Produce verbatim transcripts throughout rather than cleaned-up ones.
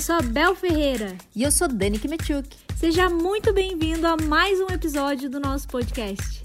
Eu sou a Bel Ferreira. E eu sou Dani Kimetchuk. Seja muito bem-vindo a mais um episódio do nosso podcast.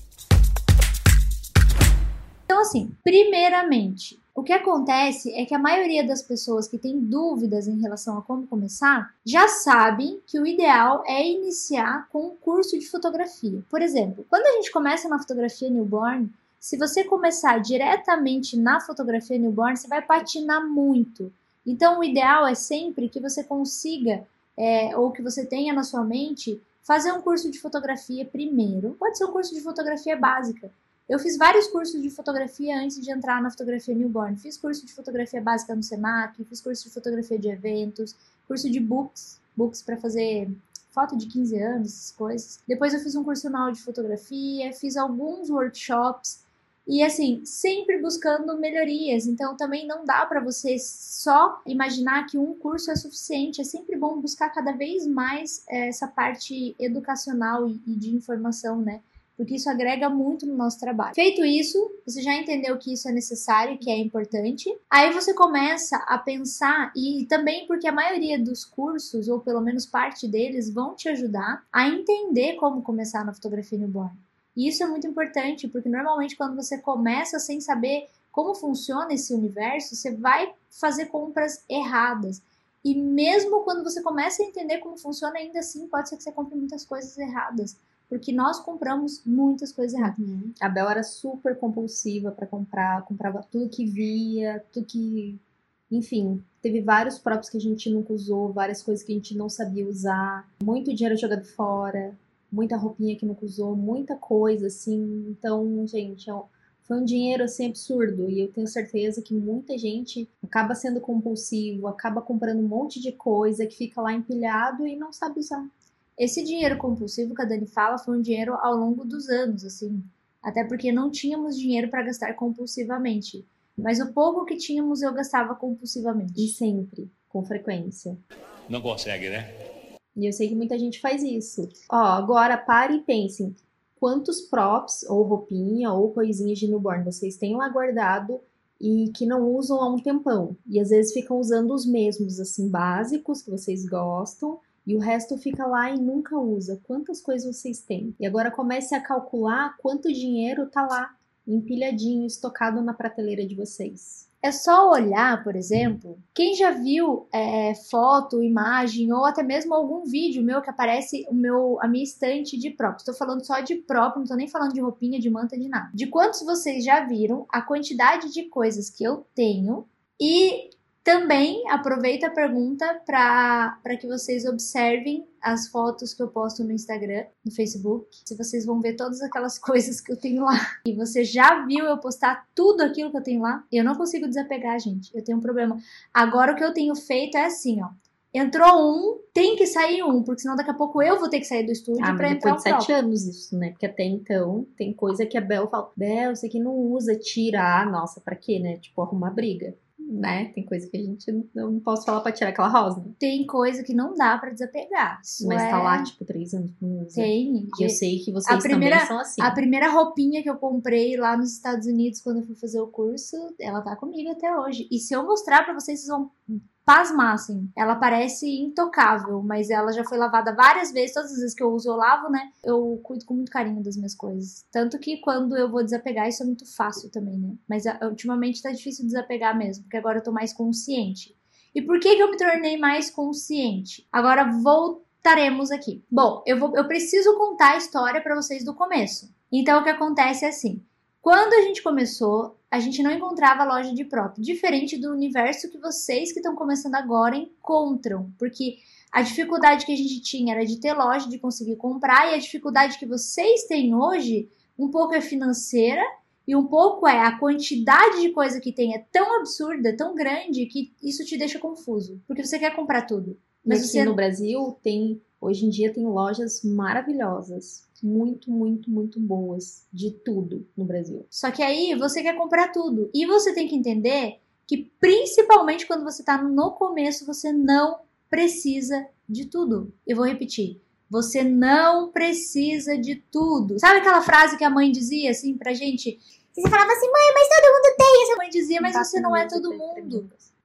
Então, assim, primeiramente, o que acontece é que a maioria das pessoas que tem dúvidas em relação a como começar, já sabem que o ideal é iniciar com um curso de fotografia. Por exemplo, quando a gente começa na fotografia newborn, se você começar diretamente na fotografia newborn, você vai patinar muito. Então, o ideal é sempre que você consiga, é, ou que você tenha na sua mente, fazer um curso de fotografia primeiro. Pode ser um curso de fotografia básica. Eu fiz vários cursos de fotografia antes de entrar na fotografia newborn. Fiz curso de fotografia básica no Senac, fiz curso de fotografia de eventos, curso de books, books para fazer foto de quinze anos, essas coisas. Depois eu fiz um curso na aula de fotografia, fiz alguns workshops e assim, sempre buscando melhorias. Então também não dá para você só imaginar que um curso é suficiente. É sempre bom buscar cada vez mais é, essa parte educacional e, e de informação, né? Porque isso agrega muito no nosso trabalho. Feito isso, você já entendeu que isso é necessário, que é importante. Aí você começa a pensar, e também porque a maioria dos cursos, ou pelo menos parte deles, vão te ajudar a entender como começar na fotografia newborn. E isso é muito importante, porque normalmente quando você começa sem saber como funciona esse universo, você vai fazer compras erradas. E mesmo quando você começa a entender como funciona, ainda assim pode ser que você compre muitas coisas erradas. Porque nós compramos muitas coisas erradas. Uhum. A Bel era super compulsiva para comprar, comprava tudo que via, tudo que... Enfim, teve vários props que a gente nunca usou, várias coisas que a gente não sabia usar, muito dinheiro jogado fora, muita roupinha que nunca usou, muita coisa, assim. Então, gente, foi um dinheiro, assim, absurdo. E eu tenho certeza que muita gente acaba sendo compulsivo, acaba comprando um monte de coisa que fica lá empilhado e não sabe usar. Esse dinheiro compulsivo que a Dani fala foi um dinheiro ao longo dos anos, assim. Até porque não tínhamos dinheiro para gastar compulsivamente. Mas o pouco que tínhamos eu gastava compulsivamente. E sempre, com frequência. Não consegue, né? E eu sei que muita gente faz isso. Ó, agora pare e pensem. Quantos props, ou roupinha, ou coisinhas de newborn vocês têm lá guardado e que não usam há um tempão? E às vezes ficam usando os mesmos, assim, básicos, que vocês gostam. E o resto fica lá e nunca usa. Quantas coisas vocês têm? E agora comece a calcular quanto dinheiro tá lá, empilhadinho, estocado na prateleira de vocês. É só olhar, por exemplo, quem já viu é, foto, imagem ou até mesmo algum vídeo meu que aparece o meu, a minha estante de props. Estou falando só de prop, não estou nem falando de roupinha, de manta, de nada. De quantos vocês já viram a quantidade de coisas que eu tenho e... Também aproveito a pergunta para que vocês observem as fotos que eu posto no Instagram, no Facebook. Se vocês vão ver todas aquelas coisas que eu tenho lá. E você já viu eu postar tudo aquilo que eu tenho lá? Eu não consigo desapegar, gente. Eu tenho um problema. Agora o que eu tenho feito é assim, ó. Entrou um, tem que sair um, porque senão daqui a pouco eu vou ter que sair do estúdio ah, pra entrar um depois de sete anos isso, né? Porque até então tem coisa que a Bel fala, Bel, isso aqui não usa, tira. Ah, nossa, pra quê, né? Tipo, arrumar briga. Né? Tem coisa que a gente não, não posso falar pra tirar aquela rosa. Tem coisa que não dá pra desapegar. Isso Mas é... tá lá, tipo, três anos não usa. Tem. E eu sei que vocês a primeira, também são assim. A primeira roupinha que eu comprei lá nos Estados Unidos quando eu fui fazer o curso, ela tá comigo até hoje. E se eu mostrar pra vocês, vocês vão pasmar, assim. Ela parece intocável, mas ela já foi lavada várias vezes. Todas as vezes que eu uso, eu lavo, né? Eu cuido com muito carinho das minhas coisas. Tanto que quando eu vou desapegar, isso é muito fácil também, né? Mas ultimamente tá difícil desapegar mesmo, porque agora eu tô mais consciente. E por que que eu me tornei mais consciente? Agora voltaremos aqui. Bom, eu, vou, eu preciso contar a história pra vocês do começo. Então o que acontece é assim. Quando a gente começou, a gente não encontrava loja de prop, diferente do universo que vocês que estão começando agora encontram, porque a dificuldade que a gente tinha era de ter loja, de conseguir comprar, e a dificuldade que vocês têm hoje, um pouco é financeira, e um pouco é a quantidade de coisa que tem é tão absurda, tão grande, que isso te deixa confuso, porque você quer comprar tudo. Mas aqui você... no Brasil, tem, hoje em dia tem lojas maravilhosas. Muito, muito, muito boas de tudo no Brasil. Só que aí você quer comprar tudo. E você tem que entender que principalmente quando você tá no começo, você não precisa de tudo. Eu vou repetir. Você não precisa de tudo. Sabe aquela frase que a mãe dizia assim pra gente? Você falava assim, mãe, mas todo mundo tem. A mãe dizia, mas você não é todo mundo.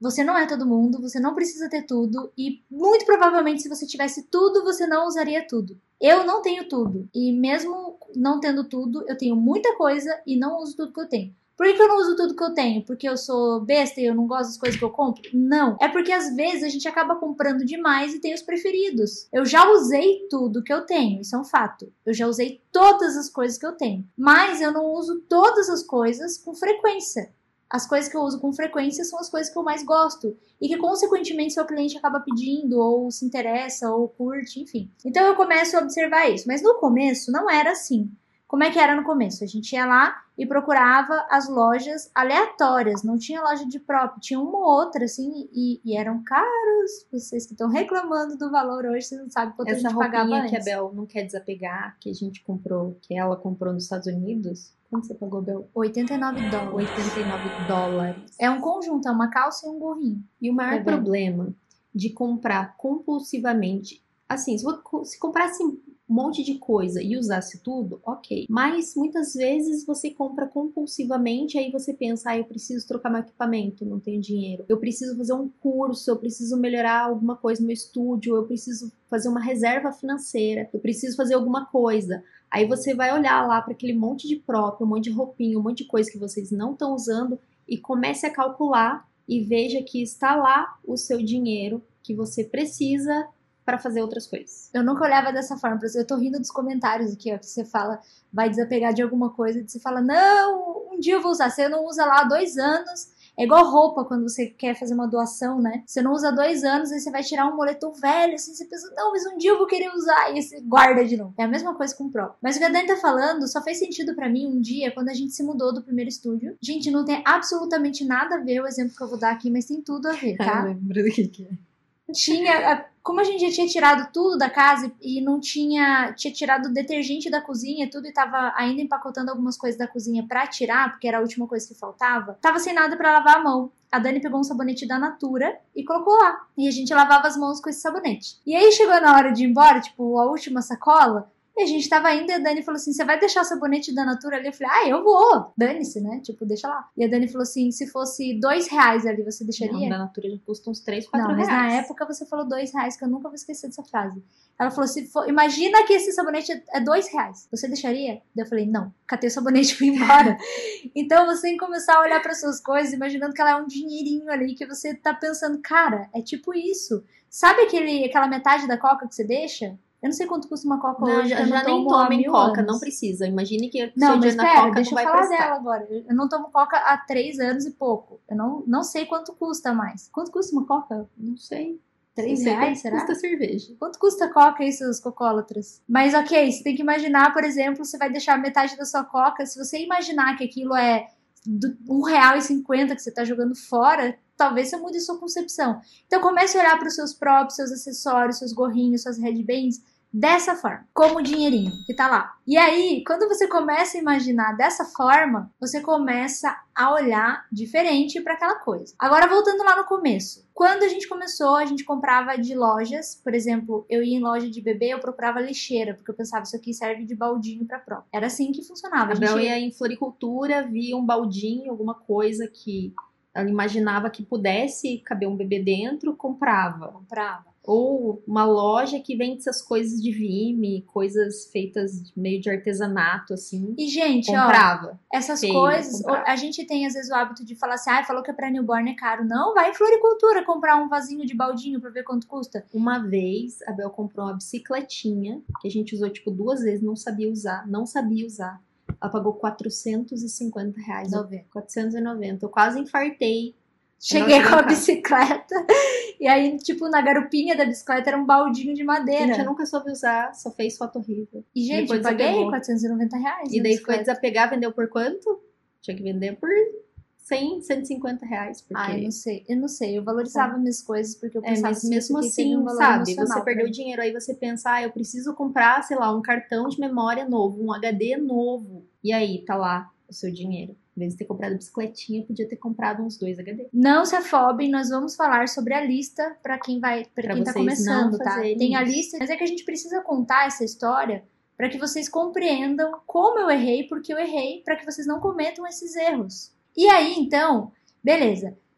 Você não é todo mundo, você não precisa ter tudo e muito provavelmente se você tivesse tudo, você não usaria tudo. Eu não tenho tudo e mesmo não tendo tudo, eu tenho muita coisa e não uso tudo que eu tenho. Por que eu não uso tudo que eu tenho? Porque eu sou besta e eu não gosto das coisas que eu compro? Não. É porque às vezes a gente acaba comprando demais e tem os preferidos. Eu já usei tudo que eu tenho, isso é um fato. Eu já usei todas as coisas que eu tenho. Mas eu não uso todas as coisas com frequência. As coisas que eu uso com frequência são as coisas que eu mais gosto. E que, consequentemente, seu cliente acaba pedindo, ou se interessa, ou curte, enfim. Então eu começo a observar isso. Mas no começo não era assim. Como é que era no começo? A gente ia lá e procurava as lojas aleatórias, não tinha loja de próprio, tinha uma ou outra, assim, e, e eram caros. Vocês que estão reclamando do valor hoje, vocês não sabem quanto Essa a gente pagava roupinha antes. que a Bel não quer desapegar, que a gente comprou, que ela comprou nos Estados Unidos. Quanto você pagou, Bel? oitenta e nove dólares. oitenta e nove dólares. É um conjunto, é uma calça e um gorrinho. E o maior Tá vendo? problema de comprar compulsivamente, assim, se você se comprasse um monte de coisa e usasse tudo, ok. Mas muitas vezes você compra compulsivamente, aí você pensa, ah, eu preciso trocar meu equipamento, não tenho dinheiro. Eu preciso fazer um curso, eu preciso melhorar alguma coisa no meu estúdio, eu preciso fazer uma reserva financeira, eu preciso fazer alguma coisa. Aí você vai olhar lá para aquele monte de próprio, um monte de roupinha, um monte de coisa que vocês não estão usando e comece a calcular e veja que está lá o seu dinheiro que você precisa para fazer outras coisas. Eu nunca olhava dessa forma. Por exemplo, eu tô rindo dos comentários aqui, ó, que você fala, vai desapegar de alguma coisa, e você fala, não, um dia eu vou usar. Você não usa lá há dois anos, é igual roupa quando você quer fazer uma doação, né? Você não usa há dois anos, aí você vai tirar um moletom velho, assim, você pensa, não, mas um dia eu vou querer usar, e você guarda de novo. É a mesma coisa com o próprio. Mas o que a Dani tá falando só fez sentido pra mim um dia, quando a gente se mudou do primeiro estúdio. Gente, não tem absolutamente nada a ver o exemplo que eu vou dar aqui, mas tem tudo a ver, tá? lembro do que que é. Tinha, como a gente já tinha tirado tudo da casa e não tinha, tinha tirado o detergente da cozinha, tudo, e tava ainda empacotando algumas coisas da cozinha pra tirar, porque era a última coisa que faltava, tava sem nada pra lavar a mão. A Dani pegou um sabonete da Natura e colocou lá. E a gente lavava as mãos com esse sabonete. E aí chegou na hora de ir embora, tipo, a última sacola, e a gente tava indo e a Dani falou assim, você vai deixar o sabonete da Natura ali? Eu falei, ah, eu vou. Dane-se, né? Tipo, deixa lá. E a Dani falou assim, se fosse dois reais ali, você deixaria? Não, da Natura já custa uns três, quatro Não, mas reais. na época você falou dois reais, que eu nunca vou esquecer dessa frase. Ela falou, se for, imagina que esse sabonete é dois reais. Você deixaria? Daí eu falei, não. Catei o sabonete e fui embora. Então você tem que começar a olhar para suas coisas, imaginando que ela é um dinheirinho ali, que você tá pensando, cara, é tipo isso. Sabe aquele, aquela metade da coca que você deixa? Eu não sei quanto custa uma coca Não, hoje. já, eu não já nem tomo há tomem mil coca, anos. não precisa. Imagine que Não, seu mas dia na pera, coca deixa não eu vai falar prestar. dela agora. Eu não tomo coca há três anos e pouco. Eu não, não sei quanto custa mais. Quanto custa uma coca? Não sei. Três Não sei reais, quanto será? custa cerveja. Quanto custa a coca aí, seus cocólatras? Mas ok, você tem que imaginar, por exemplo, você vai deixar metade da sua coca. Se você imaginar que aquilo é do um real e cinquenta que você tá jogando fora, talvez você mude sua concepção. Então comece a olhar para os seus próprios, seus acessórios, seus gorrinhos, suas headbands, dessa forma, como o dinheirinho que tá lá. E aí, quando você começa a imaginar dessa forma, você começa a olhar diferente para aquela coisa. Agora, voltando lá no começo. Quando a gente começou, a gente comprava de lojas. Por exemplo, eu ia em loja de bebê, eu procurava lixeira, porque eu pensava, isso aqui serve de baldinho pra própria. Era assim que funcionava. A A gente Bel ia em floricultura, via um baldinho, alguma coisa que ela imaginava que pudesse caber um bebê dentro, comprava. comprava. Ou uma loja que vende essas coisas de vime, coisas feitas de- meio de artesanato, assim. E, gente, ó, Comprava. essas Feio, coisas, comprava. a gente tem às vezes o hábito de falar assim, ah, falou que é pra newborn é caro. Não, vai em floricultura comprar um vasinho de baldinho pra ver quanto custa. Uma vez, a Bel comprou uma bicicletinha, que a gente usou, tipo, duas vezes, não sabia usar, não sabia usar. Ela pagou quatrocentos e cinquenta reais. noventa. quatrocentos e noventa. Eu quase infartei. Cheguei Nossa, com a cara. bicicleta e aí, tipo, na garupinha da bicicleta era um baldinho de A madeira. gente nunca soube usar, só fez foto horrível. E, gente, Depois eu paguei desapegou. quatrocentos e noventa reais. E na daí foi bicicleta. desapegar, vendeu por quanto? Tinha que vender por cem, cento e cinquenta reais. Porque... Ah, eu não sei, eu não sei. Eu valorizava minhas coisas porque eu É, pensava mas que mesmo isso aqui teve assim, um valor sabe? emocional Você pra perdeu mim. dinheiro, aí você pensa, ah, eu preciso comprar, sei lá, um cartão de memória novo, um H D novo. E aí, tá lá o seu dinheiro. Em vez de ter comprado bicicletinha, podia ter comprado uns dois H D. Não se afobem, nós vamos falar sobre a lista pra quem vai, para Pra quem tá vocês começando, não tá? fazerem Tem a isso. lista, mas é que a gente precisa contar essa história pra que vocês compreendam como eu errei, porque eu errei, pra que vocês não cometam esses erros. E aí, então, beleza.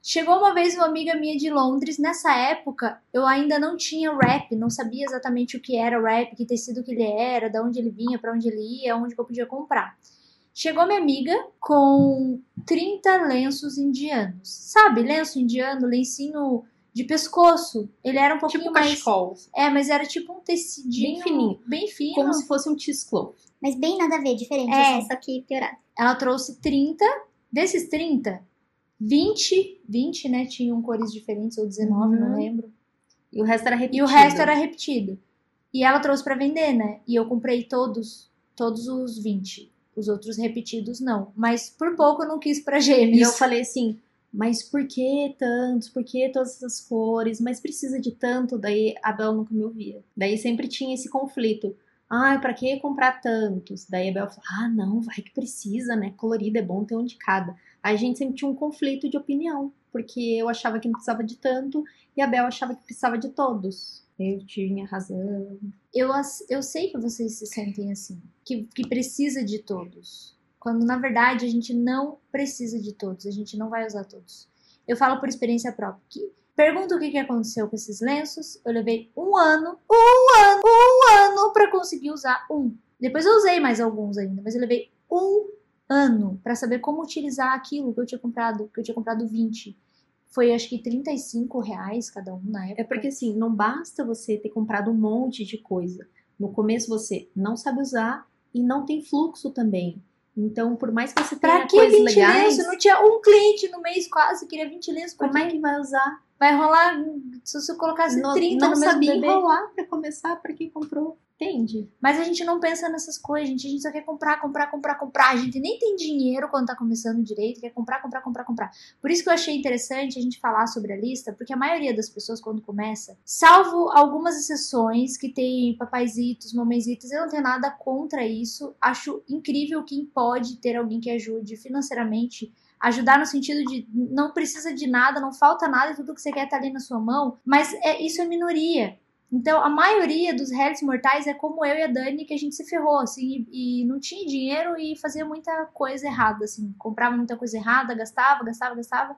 Chegou uma vez uma amiga minha de Londres, nessa época eu ainda não tinha wrap, não sabia exatamente o que era wrap, que tecido que ele era, de onde ele vinha, para onde ele ia, onde que eu podia comprar. Chegou minha amiga com trinta lenços indianos. Sabe, lenço indiano, lencinho de pescoço. Ele era um pouquinho tipo mais... cachecol. É, mas era tipo um tecidinho... Bem fininho. Bem fino. Como se fosse um cheesecloth. Mas bem nada a ver, diferente, É. assim, só que piorado. Ela trouxe trinta. Desses trinta, vinte, vinte, né, tinham cores diferentes, ou dezenove, Uhum. não lembro. E o resto era repetido. E o resto era repetido. E ela trouxe pra vender, né? E eu comprei todos, todos os vinte. Os outros repetidos, não. Mas por pouco eu não quis pra gêmeos. E eu falei assim, mas por que tantos? Por que todas essas cores? Mas precisa de tanto? Daí a Bel nunca me ouvia. Daí sempre tinha esse conflito. Ai, pra que comprar tantos? Daí a Bel falou, ah, não, vai que precisa, né? Colorido é bom ter um de cada. Aí a gente sempre tinha um conflito de opinião, porque eu achava que não precisava de tanto e a Bel achava que precisava de todos. Eu tinha razão. Eu, eu sei que vocês se sentem assim, que, que precisa de todos. Quando, na verdade, a gente não precisa de todos, a gente não vai usar todos. Eu falo por experiência própria. Que, pergunta o que, que aconteceu com esses lenços. Eu levei um ano, um ano, um ano pra conseguir usar um. Depois eu usei mais alguns ainda, mas eu levei um ano pra saber como utilizar aquilo que eu tinha comprado, que eu tinha comprado vinte. Foi, acho que, trinta e cinco reais cada um na época. É porque, assim, não basta você ter comprado um monte de coisa. No começo você não sabe usar e não tem fluxo também. Então, por mais que você tenha Pra que coisas vinte legais... lenços? Não tinha um cliente no mês quase, queria vinte lenços. Como é que vai usar? Vai rolar, se você colocasse Não, trinta não no mesmo sabia bebê. enrolar pra começar, pra quem comprou. Entende? Mas a gente não pensa nessas coisas, gente. A gente só quer comprar, comprar, comprar, comprar. A gente nem tem dinheiro quando tá começando direito, quer comprar, comprar, comprar, comprar. Por isso que eu achei interessante a gente falar sobre a lista, porque a maioria das pessoas, quando começa, salvo algumas exceções que tem papaizitos, mamãezitos, eu não tenho nada contra isso. Acho incrível quem pode ter alguém que ajude financeiramente. Ajudar no sentido de não precisa de nada, não falta nada, tudo que você quer tá ali na sua mão. Mas é, isso é minoria. Então, a maioria dos réis mortais é como eu e a Dani, que a gente se ferrou, assim, e, e não tinha dinheiro e fazia muita coisa errada, assim. Comprava muita coisa errada, gastava, gastava, gastava,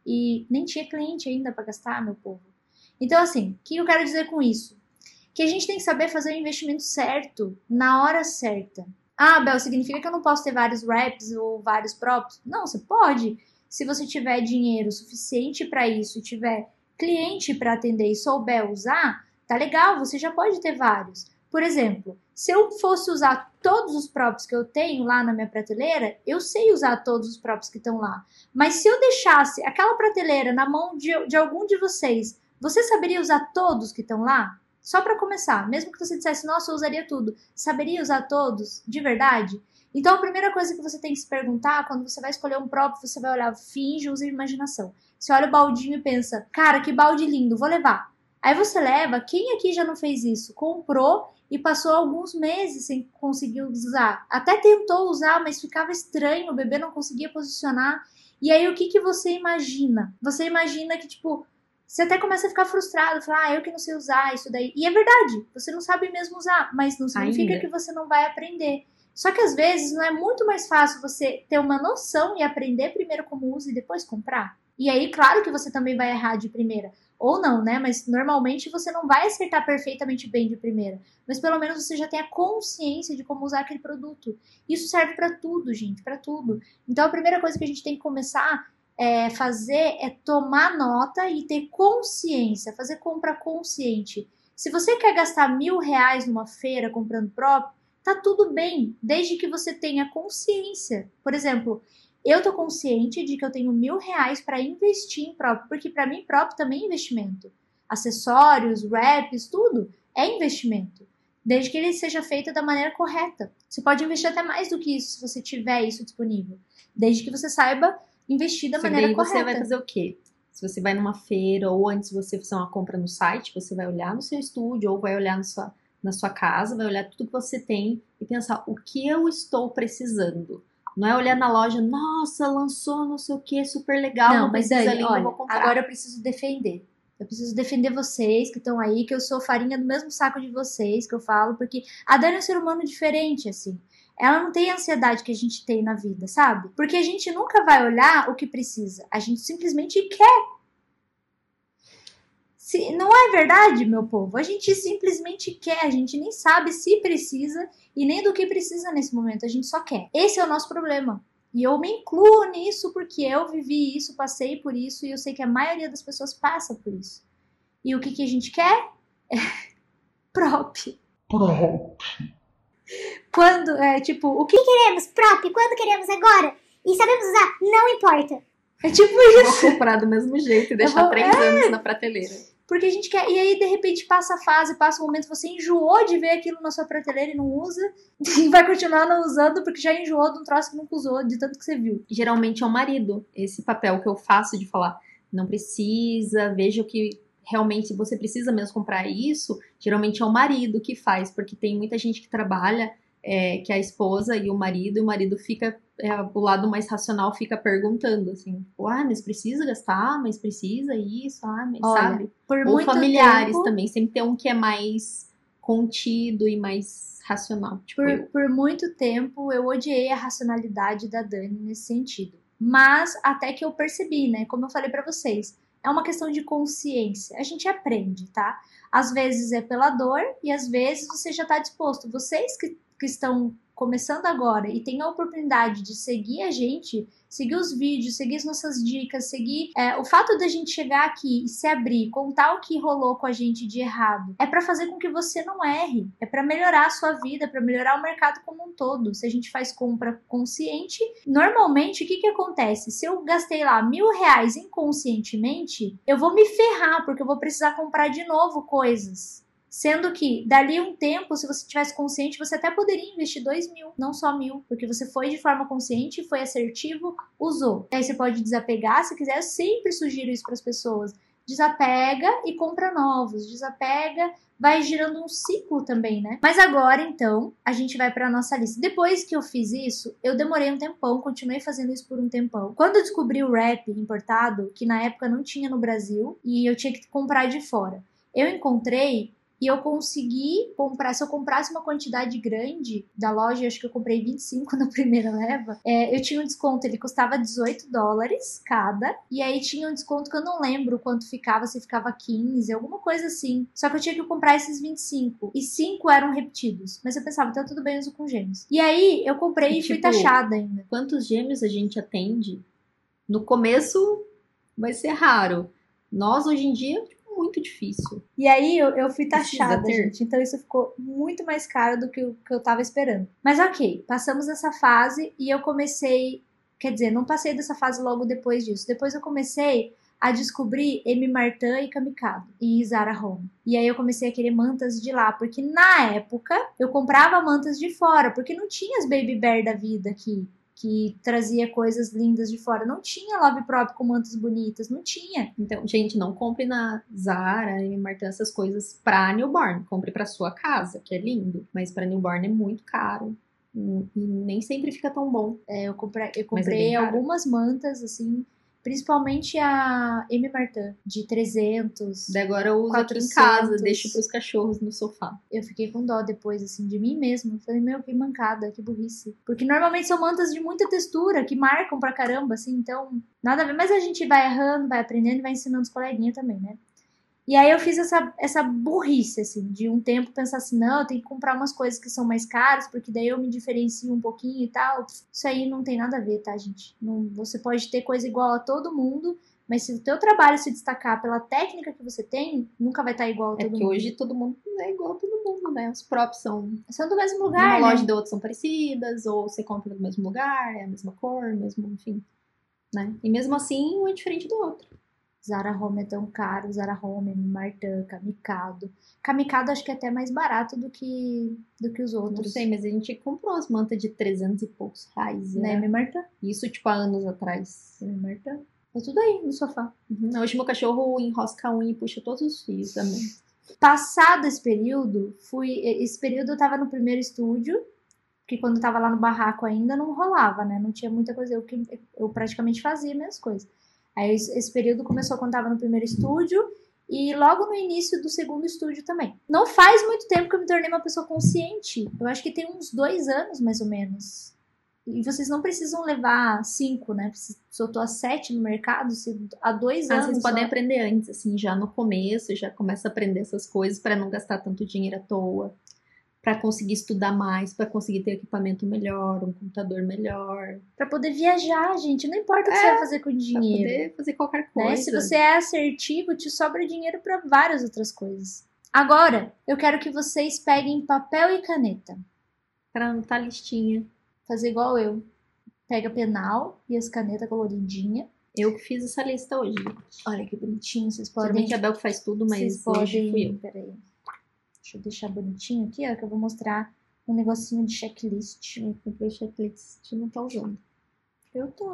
e nem tinha cliente ainda pra gastar, meu povo. Então, assim, o que eu quero dizer com isso? Que a gente tem que saber fazer o investimento certo, na hora certa. Ah, Bel, significa que eu não posso ter vários wraps ou vários props? Não, você pode. Se você tiver dinheiro suficiente pra isso e tiver cliente pra atender e souber usar... Tá legal, você já pode ter vários. Por exemplo, se eu fosse usar todos os props que eu tenho lá na minha prateleira, eu sei usar todos os props que estão lá. Mas se eu deixasse aquela prateleira na mão de, de algum de vocês, você saberia usar todos que estão lá? Só para começar, mesmo que você dissesse, nossa, eu usaria tudo. Saberia usar todos? De verdade? Então, a primeira coisa que você tem que se perguntar, quando você vai escolher um prop, você vai olhar, finge, usa imaginação. Você olha o baldinho e pensa, cara, que balde lindo, vou levar. Aí você leva, quem aqui já não fez isso? Comprou e passou alguns meses sem conseguir usar. Até tentou usar, mas ficava estranho, o bebê não conseguia posicionar. E aí o que, que você imagina? Você imagina que, tipo, você até começa a ficar frustrado, falar, ah, eu que não sei usar isso daí. E é verdade, você não sabe mesmo usar, mas não significa Ainda. que você não vai aprender. Só que às vezes não é muito mais fácil você ter uma noção e aprender primeiro como usa e depois comprar? E aí, claro que você também vai errar de primeira. Ou não, né? Mas normalmente você não vai acertar perfeitamente bem de primeira. Mas pelo menos você já tem a consciência de como usar aquele produto. Isso serve pra tudo, gente, pra tudo. Então a primeira coisa que a gente tem que começar a fazer é tomar nota e ter consciência, fazer compra consciente. Se você quer gastar mil reais numa feira comprando prop, tá tudo bem, desde que você tenha consciência. Por exemplo, eu tô consciente de que eu tenho mil reais para investir em prop, porque para mim prop também é investimento. Acessórios, wraps, tudo é investimento, desde que ele seja feito da maneira correta. Você pode investir até mais do que isso, se você tiver isso disponível, desde que você saiba investir da Só maneira daí correta. você vai fazer o quê? Se você vai numa feira ou antes de você fazer uma compra no site, você vai olhar no seu estúdio ou vai olhar na sua, na sua casa, vai olhar tudo que você tem e pensar o que eu estou precisando. Não é olhar na loja, nossa, lançou não sei o que, super legal, Não, não mas precisa Dani, lindo, olha, eu vou comprar. agora eu preciso defender. Eu preciso defender vocês que estão aí, que eu sou farinha do mesmo saco de vocês, que eu falo, porque a Dani é um ser humano diferente, assim. ela não tem a ansiedade que a gente tem na vida, sabe? Porque a gente nunca vai olhar o que precisa. A gente simplesmente quer. Se, não é verdade, meu povo? A gente simplesmente quer. A gente nem sabe se precisa e nem do que precisa nesse momento. A gente só quer. Esse é o nosso problema. E eu me incluo nisso porque eu vivi isso, passei por isso e eu sei que a maioria das pessoas passa por isso. E o que, que a gente quer? É prop. Prop. Quando, é tipo, o que Queremos prop, quando queremos agora. E sabemos usar, não importa. é tipo Eu isso. vou comprar do mesmo jeito e deixar vou- três anos na prateleira. Porque a gente quer. E aí, de repente, passa a fase, passa o momento, você enjoou de ver aquilo na sua prateleira e não usa. E vai continuar não usando porque já enjoou de um troço que nunca usou, de tanto que você viu. Geralmente é o marido, esse papel que eu faço de falar, não precisa, veja o que realmente você precisa mesmo comprar isso, geralmente é o marido que faz, porque tem muita gente que trabalha, é, que é a esposa e o marido, e o marido fica, é, o lado mais racional fica perguntando, assim, ah, mas precisa gastar, mas precisa isso, ah, mas Olha, sabe? Por Ou muito familiares tempo, também, sempre tem um que é mais contido e mais racional, tipo por, eu. por muito tempo, eu odiei a racionalidade da Dani nesse sentido. Mas até que eu percebi, né? Como eu falei pra vocês, é uma questão de consciência. A gente aprende, tá? Às vezes é pela dor e às vezes você já tá disposto. Vocês que, que estão começando agora e têm a oportunidade de seguir a gente, seguir os vídeos, seguir as nossas dicas, seguir é, o fato da gente chegar aqui e se abrir, contar o que rolou com a gente de errado, é pra fazer com que você não erre, é pra melhorar a sua vida, pra melhorar o mercado como um todo. Se a gente faz compra consciente, normalmente o que que acontece? Se eu gastei lá mil reais inconscientemente, eu vou me ferrar porque eu vou precisar comprar de novo coisas. Sendo que, dali um tempo, se você tivesse consciente, você até poderia investir dois mil, não só mil. Porque você foi de forma consciente, foi assertivo, usou. Aí você pode desapegar, se quiser. Eu sempre sugiro isso para as pessoas. Desapega e compra novos. Desapega, vai girando um ciclo também, né? Mas agora, então, a gente vai para nossa lista. Depois que eu fiz isso, eu demorei um tempão, continuei fazendo isso por um tempão. Quando eu descobri o wrap importado, que na época não tinha no Brasil, e eu tinha que comprar de fora, eu encontrei... E eu consegui comprar, se eu comprasse uma quantidade grande da loja, acho que eu comprei vinte e cinco na primeira leva, é, eu tinha um desconto, ele custava dezoito dólares cada, e aí tinha um desconto que eu não lembro quanto ficava, se ficava quinze, alguma coisa assim. Só que eu tinha que comprar esses vinte e cinco, e cinco eram repetidos. Mas eu pensava, tá tudo bem, eu uso com gêmeos. E aí eu comprei e, e fui tipo, taxada ainda. Quantos gêmeos a gente atende? No começo vai ser raro. Nós, hoje em dia, muito difícil. E aí eu, eu fui Precisa taxada, ter. gente. Então isso ficou muito mais caro do que o que eu tava esperando. Mas ok, passamos essa fase e eu comecei... Quer dizer, não passei dessa fase logo depois disso. Depois eu comecei a descobrir M. Martin e Kamikado e Zara Home. E aí eu comecei a querer mantas de lá, porque na época eu comprava mantas de fora, porque não tinha as Baby Bear da vida aqui, que trazia coisas lindas de fora. Não tinha Love Prop com mantas bonitas, não tinha. Então, gente, não compre na Zara e Martin essas coisas pra newborn. Compre pra sua casa, que é lindo. Mas pra newborn é muito caro. E nem sempre fica tão bom. É, eu comprei, eu Mas é comprei bem caro. algumas mantas, assim, principalmente a M. Martin, de trezentos. Daí agora eu uso aqui em quatrocentos. casa, deixo pros cachorros no sofá. Eu fiquei com dó depois, assim, de mim mesma. Falei, meu, que mancada, que burrice. Porque normalmente são mantas de muita textura, que marcam pra caramba, assim, então, nada a ver. Mas a gente vai errando, vai aprendendo e vai ensinando os coleguinhas também, né? E aí eu fiz essa, essa burrice, assim, de um tempo pensar assim, não, eu tenho que comprar umas coisas que são mais caras, porque daí eu me diferencio um pouquinho e tal. Isso aí não tem nada a ver, tá, gente? Não, você pode ter coisa igual a todo mundo, mas se o teu trabalho se destacar pela técnica que você tem, nunca vai estar igual a todo É mundo. que hoje todo mundo não é igual a todo mundo, né? Os próprios são... São do mesmo Uma lugar, loja né? da outra são parecidas, ou você compra no mesmo lugar, é a mesma cor, mesmo, enfim. Né? E mesmo assim, um é diferente do outro. Zara Home é tão caro, Zara Home, Martin, Kamikado. Kamikado acho que é até mais barato do que, do que os Não outros. sei, mas a gente comprou as mantas de trezentos e poucos reais. Né, Era... M. Martin? Isso, tipo, há anos atrás. M. Martin. Tá tudo aí no sofá. Uhum. Hoje meu cachorro enrosca a unha e puxa todos os fios também. Passado esse período, fui. Esse período eu tava no primeiro estúdio, que quando eu tava lá no barraco ainda não rolava, né? Não tinha muita coisa. Eu, eu praticamente fazia as minhas coisas. Aí esse período começou quando eu tava no primeiro estúdio e logo no início do segundo estúdio também. Não faz muito tempo que eu me tornei uma pessoa consciente. Eu acho que tem uns dois anos, mais ou menos. E vocês não precisam levar cinco, né? Se eu tô há sete no mercado, se há dois Ah, anos... vocês podem só... aprender antes, assim, já no começo, já começa a aprender essas coisas para não gastar tanto dinheiro à toa, para conseguir estudar mais, para conseguir ter equipamento melhor, um computador melhor, Pra poder viajar, gente. Não importa o que É, você vai fazer com para dinheiro. poder fazer qualquer Né? coisa. Se você é assertivo, te sobra dinheiro para várias outras coisas. Agora, eu quero que vocês peguem papel e caneta. Para anotar a listinha. Fazer igual eu. Pega penal e as canetas coloridinhas. Eu que fiz essa lista hoje. Olha que bonitinho, vocês podem... Geralmente a Bel que faz tudo, mas Vocês hoje fui podem... eu. Peraí. Deixa eu deixar bonitinho aqui, ó, que eu vou mostrar um negocinho de checklist. Eu comprei o checklist, não tá usando. Eu tô.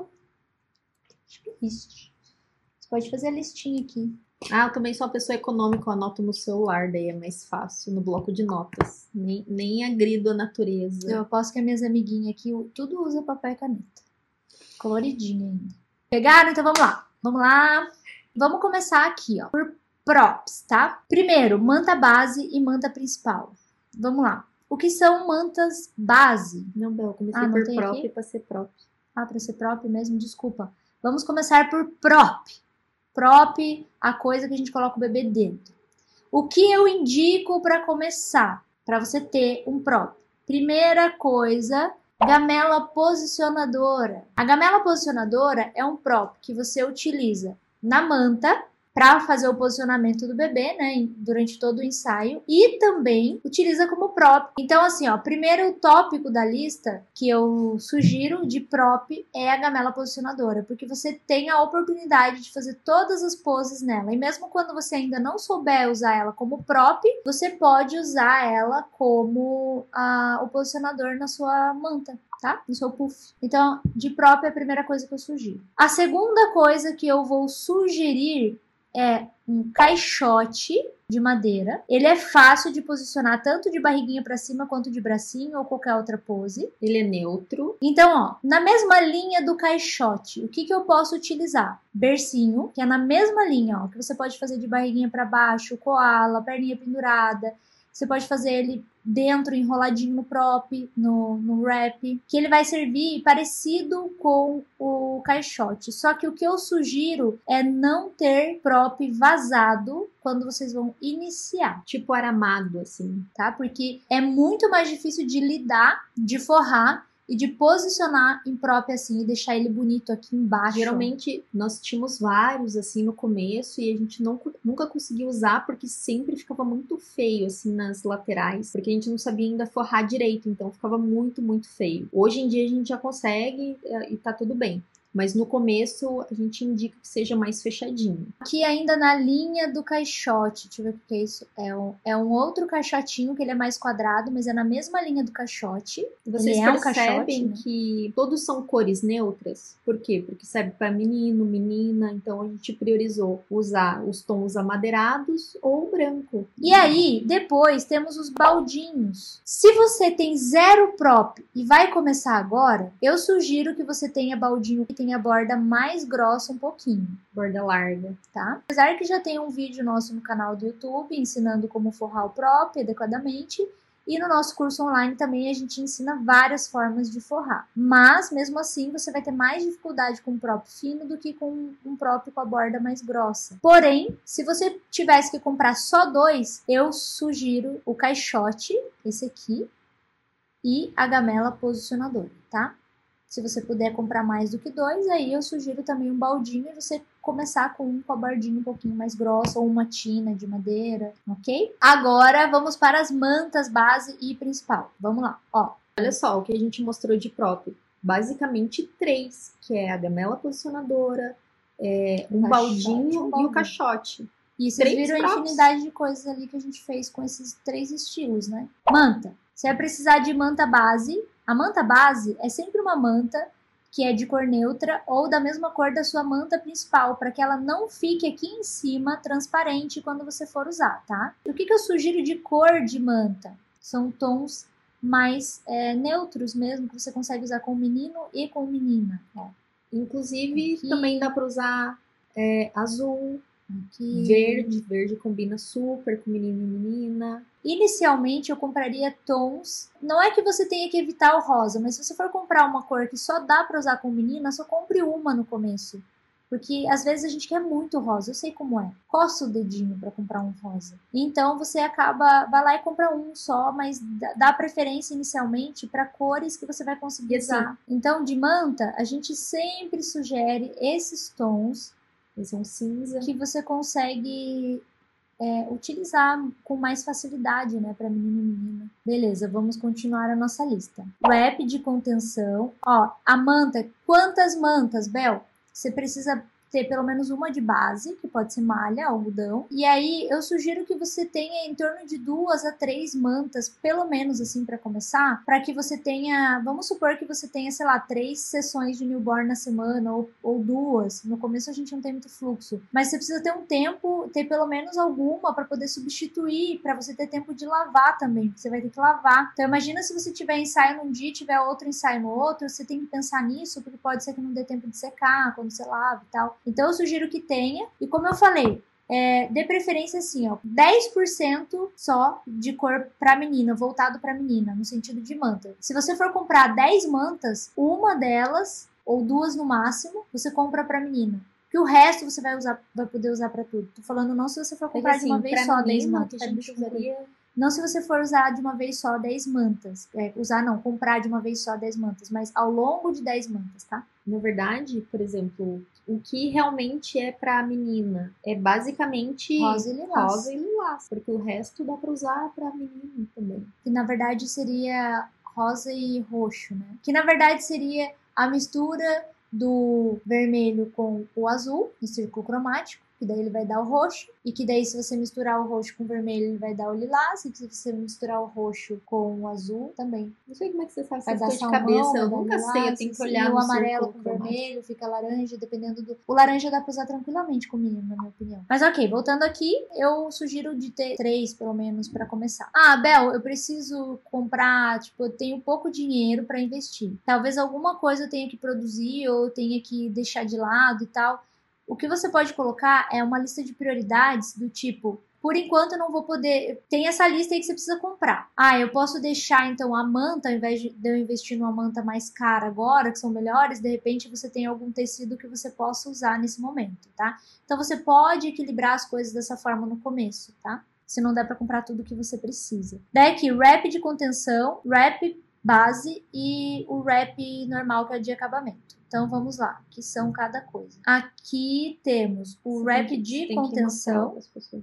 Checklist. Você pode fazer a listinha aqui. Ah, eu também sou uma pessoa econômica, eu anoto no celular, daí é mais fácil, no bloco de notas. Nem, nem agrido a natureza. Eu aposto que as minhas amiguinhas aqui tudo usa papel e caneta. Coloridinho ainda. Pegaram? Então vamos lá. Vamos lá. Vamos começar aqui, ó. Por props, tá? Primeiro, manta base e manta principal. Vamos lá. O que são mantas base? Não, Bel, eu comecei Ah, não por tem prop aqui? pra ser prop. Ah, para ser prop mesmo? Desculpa. Vamos começar por prop. Prop, a coisa que a gente coloca o bebê dentro. O que eu indico para começar? Para você ter um prop. Primeira coisa, gamela posicionadora. A gamela posicionadora é um prop que você utiliza na manta para fazer o posicionamento do bebê, né, durante todo o ensaio, e também utiliza como prop. Então, assim, ó, primeiro tópico da lista que eu sugiro de prop é a gamela posicionadora, porque você tem a oportunidade de fazer todas as poses nela, e mesmo quando você ainda não souber usar ela como prop, você pode usar ela como a, o posicionador na sua manta, tá? No seu puff. Então, de prop é a primeira coisa que eu sugiro. A segunda coisa que eu vou sugerir é um caixote de madeira. Ele é fácil de posicionar tanto de barriguinha pra cima quanto de bracinho ou qualquer outra pose. Ele é neutro. Então, ó, na mesma linha do caixote, o que que eu posso utilizar? Bercinho, que é na mesma linha, ó, que você pode fazer de barriguinha pra baixo, koala, perninha pendurada. Você pode fazer ele dentro, enroladinho no prop, no, no wrap, que ele vai servir parecido com o caixote. Só que o que eu sugiro é não ter prop vazado quando vocês vão iniciar, Tipo aramado, assim. tá? Porque é muito mais difícil de lidar, de forrar e de posicionar em prop assim e deixar ele bonito aqui embaixo. Geralmente nós tínhamos vários assim no começo e a gente não, nunca conseguia usar porque sempre ficava muito feio assim nas laterais, porque a gente não sabia ainda forrar direito, então ficava muito, muito feio. Hoje em dia a gente já consegue e tá tudo bem. Mas no começo a gente indica que seja mais fechadinho. Aqui ainda na linha do caixote, deixa eu ver o que é isso. É um, é um outro caixotinho que ele é mais quadrado, mas é na mesma linha do caixote. Vocês ele é um percebem caixote, né? que todos são cores neutras? Por quê? Porque serve para menino, menina, então a gente priorizou usar os tons amadeirados ou branco. E aí, depois temos os baldinhos. Se você tem zero prop e vai começar agora, eu sugiro que você tenha baldinho que tem a borda mais grossa um pouquinho, Borda larga. tá? Apesar que já tem um vídeo nosso no canal do YouTube ensinando como forrar o prop adequadamente, e no nosso curso online também a gente ensina várias formas de forrar. Mas, mesmo assim, você vai ter mais dificuldade com um prop fino do que com um prop com a borda mais grossa. Porém, se você tivesse que comprar só dois, eu sugiro o caixote, esse aqui, e a gamela posicionadora, tá? Se você puder comprar mais do que dois, aí eu sugiro também um baldinho e você começar com um com a bordinha um pouquinho mais grossa ou uma tina de madeira, ok? Agora vamos para as mantas base e principal. Vamos lá, ó. Olha só o que a gente mostrou de prop. Basicamente três, que é a gamela posicionadora, é, um Caixote, baldinho um e o baldinho. caixote. E vocês Três viram a props. infinidade de coisas ali que a gente fez com esses três estilos, né? Manta. Você vai precisar de manta base. A manta base é sempre uma manta que é de cor neutra ou da mesma cor da sua manta principal, para que ela não fique aqui em cima transparente quando você for usar, tá? O que, que eu sugiro de cor de manta? São tons mais é, neutros mesmo, que você consegue usar com o menino e com menina. Ó. Inclusive, Aqui. também dá para usar é, azul, Aqui. Verde, verde combina super com menino e menina. Inicialmente eu compraria tons. Não é que você tenha que evitar o rosa, mas se você for comprar uma cor que só dá pra usar com menina, só compre uma no começo. Porque às vezes a gente quer muito rosa, eu sei como é. Coça o dedinho pra comprar um rosa. Então você acaba, vai lá e compra um só, mas dá preferência inicialmente pra cores que você vai conseguir E assim, usar. Então de manta, a gente sempre sugere esses tons. Esse é um cinza. Que você consegue é, utilizar com mais facilidade, né, para menino e menina. Beleza, vamos continuar a nossa lista. Wrap de contenção. Ó, a manta. Quantas mantas, Bel? Você precisa ter pelo menos uma de base, que pode ser malha, algodão. E aí eu sugiro que você tenha em torno de duas a três mantas, pelo menos assim para começar, para que você tenha, vamos supor que você tenha, sei lá, três sessões de newborn na semana ou, ou duas. No começo a gente não tem muito fluxo, mas você precisa ter um tempo, ter pelo menos alguma para poder substituir, para você ter tempo de lavar também, porque você vai ter que lavar. Então imagina se você tiver ensaio num dia e tiver outro ensaio no outro, você tem que pensar nisso, porque pode ser que não dê tempo de secar quando você lava e tal. Então eu sugiro que tenha, e como eu falei, é, dê preferência assim, ó, dez por cento só de cor pra menina, voltado pra menina, no sentido de manta. Se você for comprar dez mantas, uma delas, ou duas no máximo, você compra pra menina. Que o resto você vai usar, vai poder usar pra tudo. Tô falando não se você for comprar assim, de uma vez só dez mantas. A gente usaria... Não se você for usar de uma vez só dez mantas. É, usar não, comprar de uma vez só dez mantas, mas ao longo de dez mantas, tá? Na verdade, por exemplo, o que realmente é pra menina é basicamente rosa e lilás. Rosa e lilás, porque o resto dá pra usar pra menino também. Que na verdade seria rosa e roxo, né? Que na verdade seria a mistura do vermelho com o azul, no círculo cromático, que daí ele vai dar o roxo, e que daí se você misturar o roxo com o vermelho, ele vai dar o lilás, e que se você misturar o roxo com o azul, também. Não sei como é que você sabe vai se dar de salmão, cabeça, eu vai nunca dar sei, eu lilás, tenho que olhar e no o amarelo com o cromático. vermelho, fica laranja, dependendo do... O laranja dá pra usar tranquilamente com o menino, na minha opinião. Mas ok, voltando aqui, eu sugiro de ter três, pelo menos, pra começar. Ah, Bel, eu preciso comprar, tipo, eu tenho pouco dinheiro pra investir. Talvez alguma coisa eu tenha que produzir, ou eu tenha que deixar de lado e tal. O que você pode colocar é uma lista de prioridades do tipo, por enquanto eu não vou poder... Tem essa lista aí que você precisa comprar. Ah, eu posso deixar então a manta, ao invés de eu investir numa manta mais cara agora, que são melhores, de repente você tem algum tecido que você possa usar nesse momento, tá? Então você pode equilibrar as coisas dessa forma no começo, tá? Se não der pra comprar tudo que você precisa. Daí aqui, wrap de contenção, wrap base e o wrap normal, que é de acabamento. Então vamos lá, que são cada coisa. Aqui temos o wrap que, de contenção,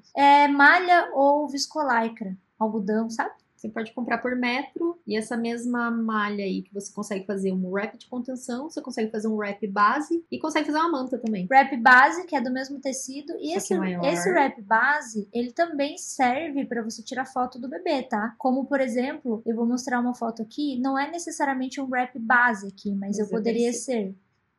é é malha ou viscolaicra, algodão, sabe? Você pode comprar por metro, e essa mesma malha aí que você consegue fazer um wrap de contenção, você consegue fazer um wrap base e consegue fazer uma manta também. Wrap base, que é do mesmo tecido, e esse, maior. esse wrap base, ele também serve para você tirar foto do bebê, tá? Como, por exemplo, eu vou mostrar uma foto aqui, não é necessariamente um wrap base aqui, mas, mas eu poderia ser.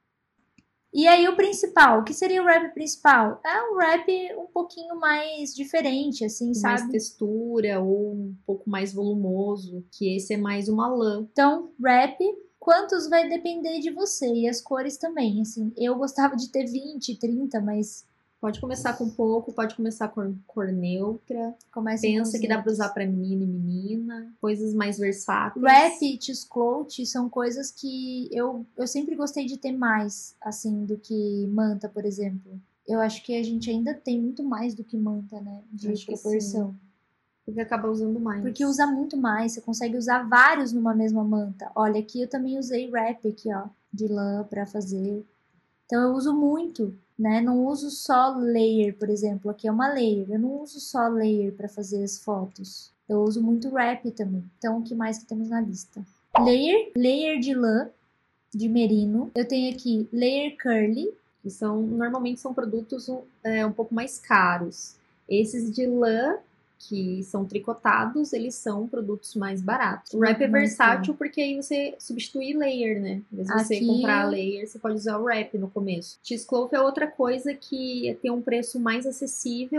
E aí o principal, o que seria o wrap principal? É um wrap um pouquinho mais diferente, assim, com sabe? Mais textura ou um pouco mais volumoso, que esse é mais uma lã. Então, wrap, quantos vai depender de você, e as cores também, assim. Eu gostava de ter vinte, trinta, mas... Pode começar com pouco, pode começar com cor neutra. Começa Pensa que dá pra usar pra menino e menina. Coisas mais versáteis. Wrap e cheesecloth são coisas que eu, eu sempre gostei de ter mais, assim, do que manta, por exemplo. Eu acho que a gente ainda tem muito mais do que manta, né? De acho proporção. Porque acaba usando mais. Porque usa muito mais. Você consegue usar vários numa mesma manta. Olha, aqui eu também usei wrap aqui, ó. De lã pra fazer. Então eu uso muito, né? Não uso só layer, por exemplo. Aqui é uma layer. Eu não uso só layer para fazer as fotos. Eu uso muito wrap também. Então o que mais que temos na lista? Layer, layer de lã, de merino. Eu tenho aqui layer curly. Que são, normalmente são produtos é, um pouco mais caros. Esses de lã, que são tricotados, eles são produtos mais baratos. O wrap é versátil porque aí você substitui layer, né? Às vezes você Aqui... comprar layer, você pode usar o wrap no começo. Cheesecloth é outra coisa que tem um preço mais acessível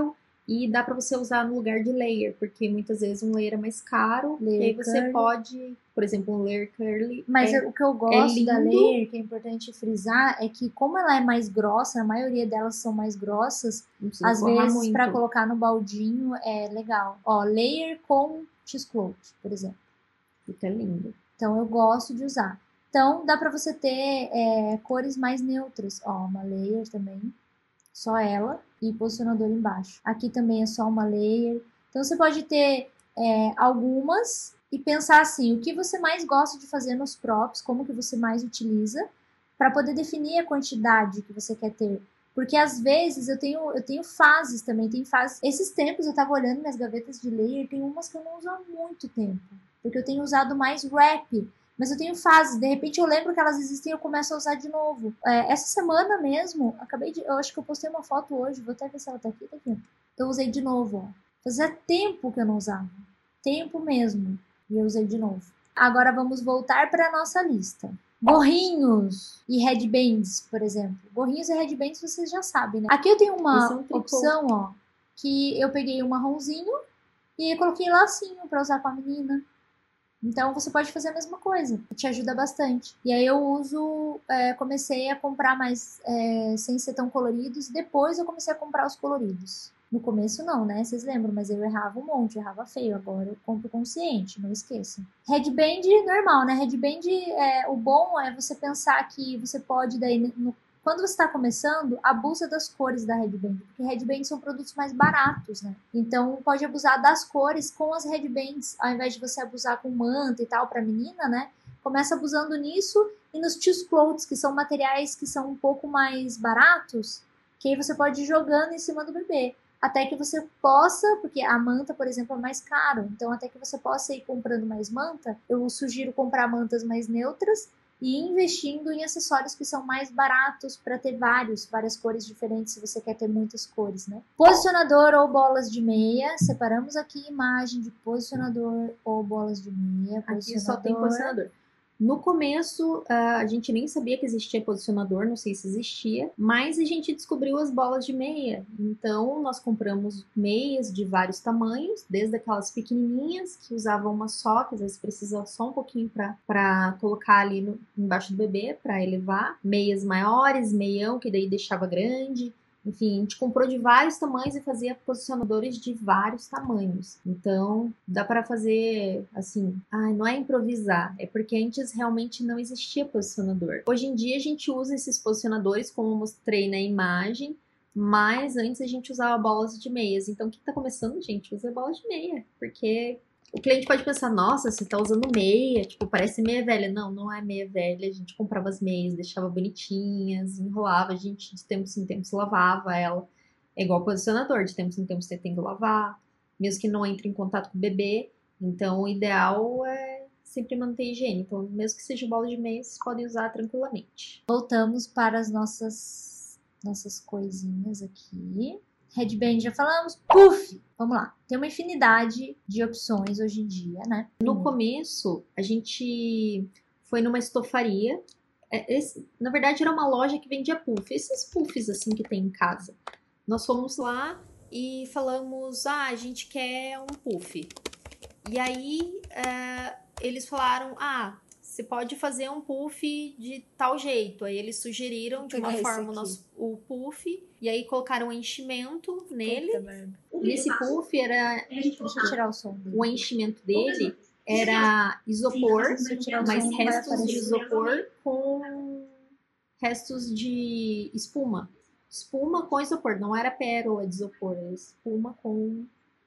E dá pra você usar no lugar de layer, porque muitas vezes um layer é mais caro, Layer e aí você curly. pode, por exemplo, um layer curly. Mas é, o que eu gosto da lindo. layer, que é importante frisar, é que como ela é mais grossa, a maioria delas são mais grossas, não precisa às forrar vezes muito. pra colocar no baldinho é legal. Ó, layer com cheesecloth, por exemplo. Fica lindo. Então eu gosto de usar. Então dá pra você ter é, cores mais neutras. Ó, uma layer também, só ela, e posicionador embaixo. Aqui também é só uma layer. Então você pode ter é, algumas e pensar assim, o que você mais gosta de fazer nos props, como que você mais utiliza, para poder definir a quantidade que você quer ter. Porque às vezes eu tenho, eu tenho fases também, tem fases. Esses tempos eu tava olhando minhas gavetas de layer, tem umas que eu não uso há muito tempo. Porque eu tenho usado mais wrap. Mas eu tenho fases, de repente eu lembro que elas existem e eu começo a usar de novo. É, essa semana mesmo, acabei de. Eu acho que eu postei uma foto hoje, vou até ver se ela tá aqui, tá aqui. Eu usei de novo, ó. Fazia tempo que eu não usava. Tempo mesmo. E eu usei de novo. Agora vamos voltar para a nossa lista. Gorrinhos e headbands, por exemplo. Gorrinhos e headbands vocês já sabem, né? Aqui eu tenho uma Esse é um tricô. opção, ó, que eu peguei um marronzinho e eu coloquei lacinho para usar com a menina. Então você pode fazer a mesma coisa, te ajuda bastante. E aí eu uso, é, comecei a comprar mais é, sem ser tão coloridos, depois eu comecei a comprar os coloridos. No começo não, né? Vocês lembram, mas eu errava um monte, eu errava feio. Agora eu compro consciente, não esqueçam. Headband normal, né? Headband, é, o bom é você pensar que você pode daí no quando você está começando, abusa das cores da headband, porque headbands são produtos mais baratos, né? Então, pode abusar das cores com as headbands, ao invés de você abusar com manta e tal para menina, né? Começa abusando nisso e nos cheesecloths, que são materiais que são um pouco mais baratos, que aí você pode ir jogando em cima do bebê. Até que você possa, porque a manta, por exemplo, é mais caro, então até que você possa ir comprando mais manta, eu sugiro comprar mantas mais neutras e investindo em acessórios que são mais baratos para ter vários, várias cores diferentes, se você quer ter muitas cores, né? Posicionador ou bolas de meia. Separamos aqui imagem de posicionador ou bolas de meia. Aqui só tem posicionador. No começo, a gente nem sabia que existia posicionador, não sei se existia, mas a gente descobriu as bolas de meia. Então, nós compramos meias de vários tamanhos, desde aquelas pequenininhas, que usavam uma só, que às vezes precisa só um pouquinho para colocar ali no, embaixo do bebê, para elevar. Meias maiores, meião, que daí deixava grande. Enfim, a gente comprou de vários tamanhos e fazia posicionadores de vários tamanhos. Então, dá para fazer assim, ah, não é improvisar, é porque antes realmente não existia posicionador. Hoje em dia a gente usa esses posicionadores, como eu mostrei na imagem, mas antes a gente usava bolas de meias. Então, quem tá começando, gente, usa bolas de meia, porque o cliente pode pensar, nossa, você tá usando meia, tipo, parece meia velha. Não, não é meia velha. A gente comprava as meias, deixava bonitinhas, enrolava, a gente de tempos em tempos lavava ela. É igual posicionador, de tempos em tempos você tem que lavar, mesmo que não entre em contato com o bebê. Então, o ideal é sempre manter a higiene. Então, mesmo que seja bola de meia, vocês podem usar tranquilamente. Voltamos para as nossas, nossas coisinhas aqui. Headband já falamos. Puff! Vamos lá. Tem uma infinidade de opções hoje em dia, né? No começo, a gente foi numa estofaria. Esse, na verdade, era uma loja que vendia puff. Esses puffs, assim, que tem em casa. Nós fomos lá e falamos, ah, a gente quer um puff. E aí, é, eles falaram, ah, você pode fazer um puff de tal jeito. Aí eles sugeriram de uma forma o, nosso, o puff. E aí colocaram um enchimento nele. E esse puff era... Deixa eu tirar o som dele. O enchimento dele era isopor, mas restos de isopor com restos de espuma. Espuma com isopor. Não era pérola de isopor, era espuma com,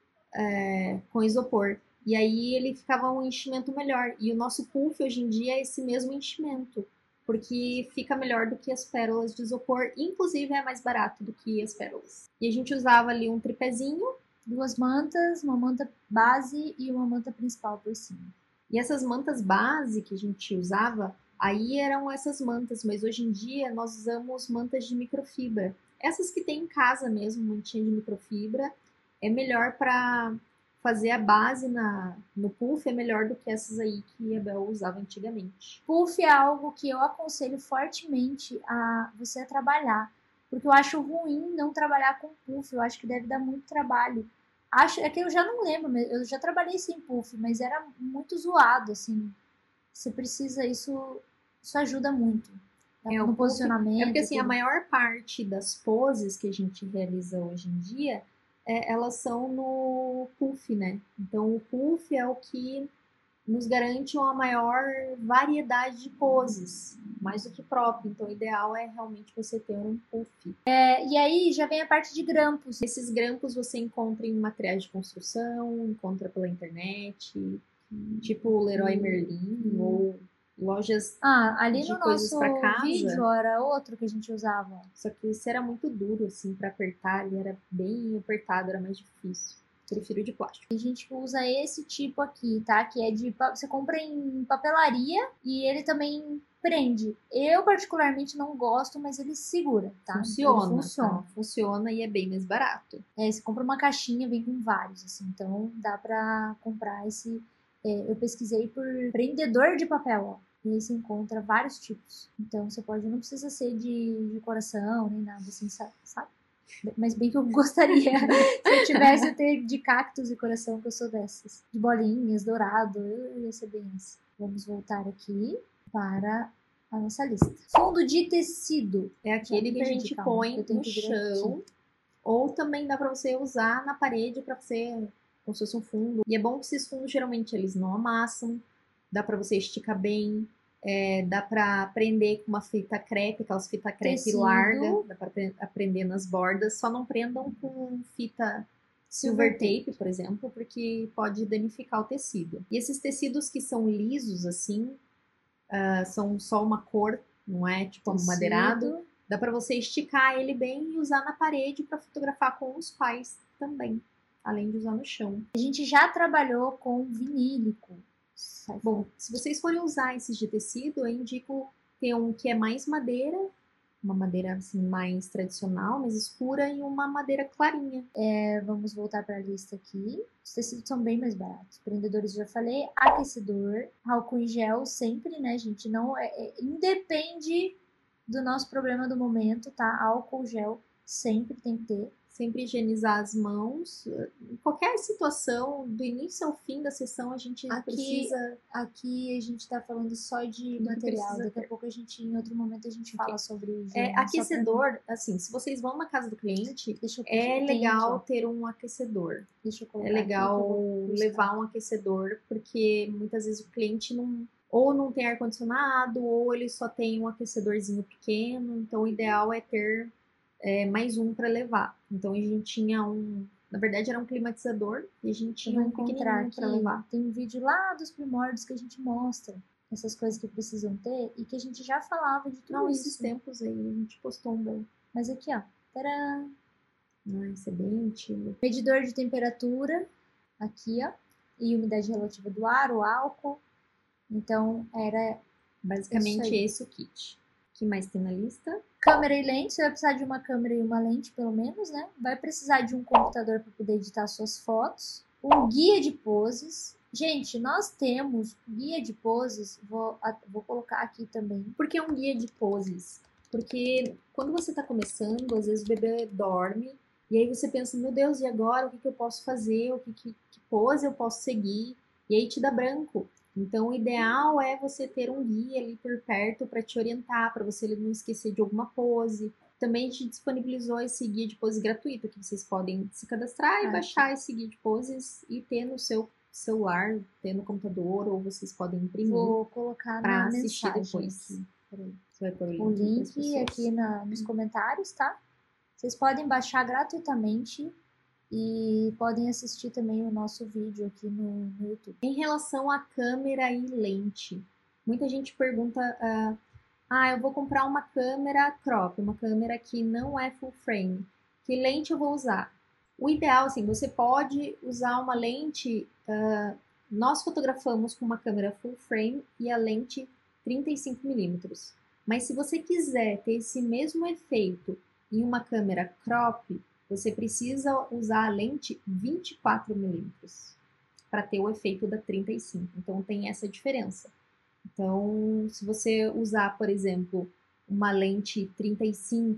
é, com isopor. E aí ele ficava um enchimento melhor. E o nosso puff hoje em dia é esse mesmo enchimento, porque fica melhor do que as pérolas de isopor. Inclusive é mais barato do que as pérolas. E a gente usava ali um tripézinho, duas mantas, uma manta base e uma manta principal por cima. E essas mantas base que a gente usava, aí eram essas mantas, mas hoje em dia nós usamos mantas de microfibra. Essas que tem em casa mesmo, mantinha de microfibra, é melhor para fazer a base na, no puff, é melhor do que essas aí que a Bel usava antigamente. Puff é algo que eu aconselho fortemente a você trabalhar, porque eu acho ruim não trabalhar com puff, eu acho que deve dar muito trabalho. Acho, é que eu já não lembro, eu já trabalhei sem puff, mas era muito zoado, assim. Você precisa, isso, isso ajuda muito. É, no o puff- posicionamento. É porque assim, a tudo. maior parte das poses que a gente realiza hoje em dia, é, elas são no puff, né? Então o puff é o que nos garante uma maior variedade de poses, mais do que próprio. Então o ideal é realmente você ter um puff. É, e aí já vem a parte de grampos. Esses grampos você encontra em materiais de construção, encontra pela internet, tipo o Leroy Merlin, ou lojas. Ah, ali de no coisas nosso pra casa. vídeo era outro que a gente usava. Só que esse era muito duro, assim, pra apertar, ele era bem apertado, era mais difícil. Prefiro de plástico. A gente usa esse tipo aqui, tá? Que é de... Você compra em papelaria e ele também prende. Eu, particularmente, não gosto, mas ele segura, tá? Funciona, Ele funciona. tá? Funciona e é bem mais barato. É, você compra uma caixinha, vem com vários, assim. Então, dá pra comprar esse... É, eu pesquisei por prendedor de papel, ó. E aí você encontra vários tipos. Então, você pode... Não precisa ser de, de coração, nem nada assim, sabe? Mas bem que eu gostaria. Se eu tivesse, eu ter de cactos e coração, que eu sou dessas. De bolinhas, dourado, eu ia ser bem esse. Vamos voltar aqui para a nossa lista. Fundo de tecido. É aquele que a gente calma, põe eu tenho no que vir chão. aqui. Ou também dá pra você usar na parede pra você, como se fosse um fundo. E é bom que esses fundos, geralmente, eles não amassam. Dá pra você esticar bem. É, dá pra prender com uma fita crepe, aquelas fita crepe Tecido. larga. Dá pra pre- prender nas bordas. Só não prendam com fita silver tape, por exemplo, porque pode danificar o tecido. E esses tecidos que são lisos, assim, uh, são só uma cor, não é tipo Tecido. amadeirado. Dá pra você esticar ele bem e usar na parede pra fotografar com os pais também, além de usar no chão. A gente já trabalhou com vinílico. Sai Bom, se vocês forem usar esses de tecido, eu indico ter um que é mais madeira, uma madeira assim mais tradicional, mais escura, e uma madeira clarinha. É, vamos voltar para a lista aqui. Os tecidos são bem mais baratos. Prendedores já falei, aquecedor, álcool em gel sempre, né, gente? Não é, é, independe do nosso problema do momento, tá? Álcool gel sempre tem que ter. Sempre higienizar as mãos. Em qualquer situação, do início ao fim da sessão, a gente Aqui- precisa... Aqui a gente tá falando só de que material. precisa Daqui a ter. pouco a gente, em outro momento, a gente fala sobre higiene. É, só pra- aquecedor, assim, se vocês vão na casa do cliente, Deixa eu é tem legal aqui, ó. ter um aquecedor. Deixa eu colocar É aqui legal que eu vou buscar. levar um aquecedor, porque muitas vezes o cliente não, ou não tem ar-condicionado, ou ele só tem um aquecedorzinho pequeno. Então, o ideal é ter é, mais um para levar. Então, a gente tinha um... Na verdade, era um climatizador e a gente Eu tinha vou um encontrar pequenininho aqui, para levar. tem um vídeo lá dos primórdios que a gente mostra essas coisas que precisam ter e que a gente já falava de tudo Não, isso. esses tempos aí, a gente postou um bom. Mas aqui, ó, tcharam! Não é excedente. Medidor de temperatura, aqui, ó, e umidade relativa do ar, o álcool. Então, era Basicamente, Isso aí. esse o kit. O que mais tem na lista? câmera e lente. Você vai precisar de uma câmera e uma lente, pelo menos, né? Vai precisar de um computador para poder editar suas fotos. Um guia de poses. Gente, nós temos guia de poses. Vou, a- vou colocar aqui também. Por que um guia de poses? Porque quando você está começando, às vezes o bebê dorme, e aí você pensa, meu Deus, e agora? O que, que eu posso fazer? O que, que, que pose eu posso seguir? E aí te dá branco. Então, o ideal é você ter um guia ali por perto para te orientar, para você não esquecer de alguma pose. Também a gente disponibilizou esse guia de poses gratuito, que vocês podem se cadastrar e Ah, baixar esse guia de poses e ter no seu celular, ter no computador, ou vocês podem imprimir. Vou colocar pra na assistir mensagem depois. aqui. Peraí. Você vai pôr o link, O pras link pessoas. aqui na, nos comentários, tá? Vocês podem baixar gratuitamente e podem assistir também o nosso vídeo aqui no, no YouTube. Em relação a câmera e lente, muita gente pergunta, ah, ah, eu vou comprar uma câmera crop, uma câmera que não é full frame. Que lente eu vou usar? O ideal, assim, você pode usar uma lente, ah, nós fotografamos com uma câmera full frame e a lente trinta e cinco milímetros. Mas se você quiser ter esse mesmo efeito em uma câmera crop, você precisa usar a lente vinte e quatro milímetros para ter o efeito da trinta e cinco. Então tem essa diferença. Então, se você usar, por exemplo, uma lente trinta e cinco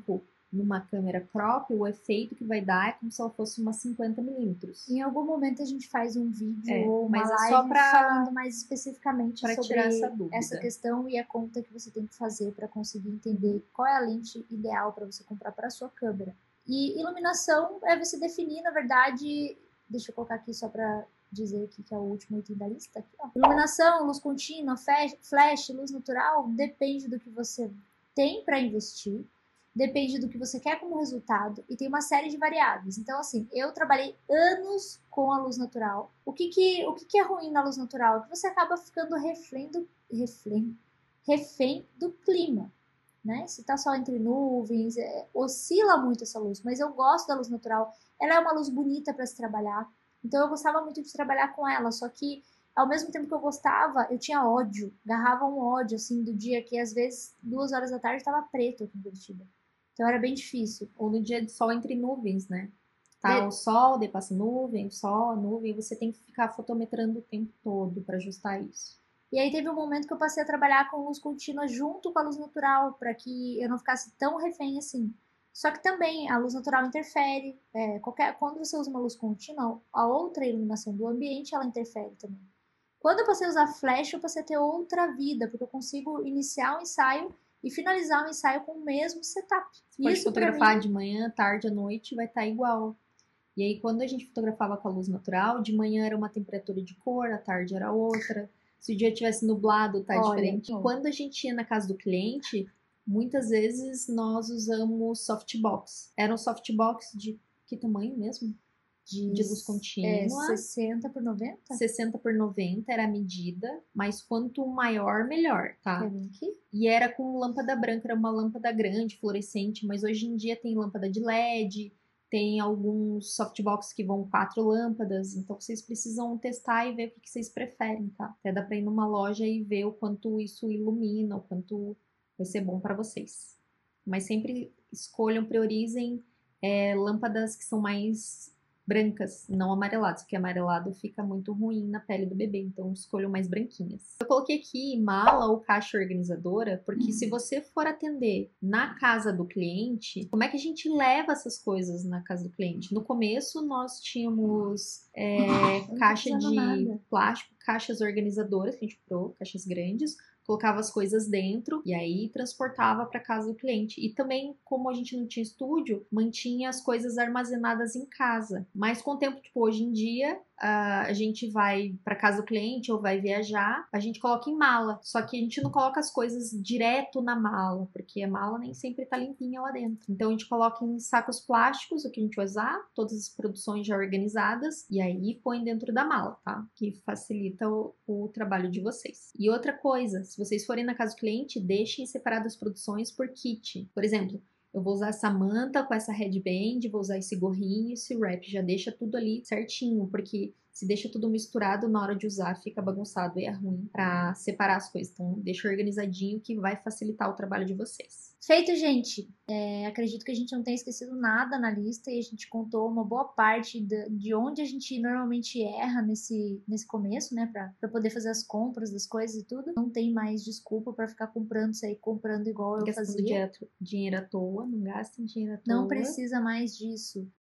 numa câmera crop, o efeito que vai dar é como se ela fosse uma cinquenta milímetros. Em algum momento a gente faz um vídeo É, ou uma mas é live só pra- falando mais especificamente pra sobre tirar essa dúvida. essa questão e a conta que você tem que fazer para conseguir entender qual é a lente ideal para você comprar para a sua câmera. E iluminação é você definir, na verdade, deixa eu colocar aqui só para dizer aqui que é o último item da lista. Aqui, ó. Iluminação, luz contínua, flash, flash, luz natural, depende do que você tem para investir. Depende do que você quer como resultado e tem uma série de variáveis. Então, assim, eu trabalhei anos com a luz natural. O que que, o que, que é ruim na luz natural? É que você acaba ficando refém do, refém, refém do clima, né? Se tá só entre nuvens, é, oscila muito essa luz. Mas eu gosto da luz natural. Ela é uma luz bonita para se trabalhar. Então, eu gostava muito de trabalhar com ela. Só que, ao mesmo tempo que eu gostava, eu tinha ódio. Agarrava um ódio, assim, do dia que, às vezes, duas horas da tarde, estava preto aqui em Curitiba. Então era bem difícil. Ou no dia de sol entre nuvens, né? Tá De- o sol, daí passa nuvem, o sol, a nuvem, você tem que ficar fotometrando o tempo todo para ajustar isso. E aí teve um momento que eu passei a trabalhar com luz contínua junto com a luz natural, para que eu não ficasse tão refém assim. Só que também a luz natural interfere. É, qualquer, quando você usa uma luz contínua, a outra iluminação do ambiente, ela interfere também. Quando eu passei a usar flash, eu passei a ter outra vida, porque eu consigo iniciar um ensaio e finalizar o ensaio com o mesmo setup. Você pode Isso pra fotografar mim, de manhã, tarde, à noite, vai estar igual. E aí, quando a gente fotografava com a luz natural, de manhã era uma temperatura de cor, à tarde era outra. Se o dia tivesse nublado, tá Olha, diferente. bom. Quando a gente ia na casa do cliente, muitas vezes nós usamos softbox. Era um softbox de que tamanho mesmo? de, De luz contínua. É, sessenta por noventa? sessenta por noventa era a medida, mas quanto maior, melhor, tá? Quer vir aqui? E era com lâmpada branca, era uma lâmpada grande, fluorescente, mas hoje em dia tem lâmpada de L E D, tem alguns softbox que vão quatro lâmpadas, então vocês precisam testar e ver o que vocês preferem, tá? Até dá pra ir numa loja e ver o quanto isso ilumina, o quanto vai ser bom pra vocês. Mas sempre escolham, priorizem é, lâmpadas que são mais brancas, não amareladas, porque amarelado fica muito ruim na pele do bebê, então escolham mais branquinhas. Eu coloquei aqui mala ou caixa organizadora, porque se você for atender na casa do cliente, como é que a gente leva essas coisas na casa do cliente? No começo nós tínhamos é, caixa de nada. plástico, caixas organizadoras que a gente comprou, caixas grandes, colocava as coisas dentro e aí transportava para casa do cliente. E também, como a gente não tinha estúdio, mantinha as coisas armazenadas em casa. Mas com o tempo, tipo, hoje em dia, a gente vai para casa do cliente ou vai viajar, a gente coloca em mala. Só que a gente não coloca as coisas direto na mala, porque a mala nem sempre tá limpinha lá dentro. Então a gente coloca em sacos plásticos, o que a gente vai usar, todas as produções já organizadas, e aí põe dentro da mala, tá? Que facilita o, o trabalho de vocês. E outra coisa, se vocês forem na casa do cliente, deixem separadas as produções por kit. Por exemplo, eu vou usar essa manta com essa headband, vou usar esse gorrinho, esse wrap. Já deixa tudo ali certinho, porque se deixa tudo misturado na hora de usar, fica bagunçado e é ruim pra separar as coisas. Então, deixa organizadinho que vai facilitar o trabalho de vocês. Feito, gente. É, acredito que a gente não tenha esquecido nada na lista e a gente contou uma boa parte de, de onde a gente normalmente erra nesse, nesse começo, né? Pra, pra poder fazer as compras das coisas e tudo. Não tem mais desculpa pra ficar comprando isso aí, comprando igual eu Gastando fazia. dinheiro, dinheiro à toa, não gastem dinheiro à toa. Não precisa mais disso.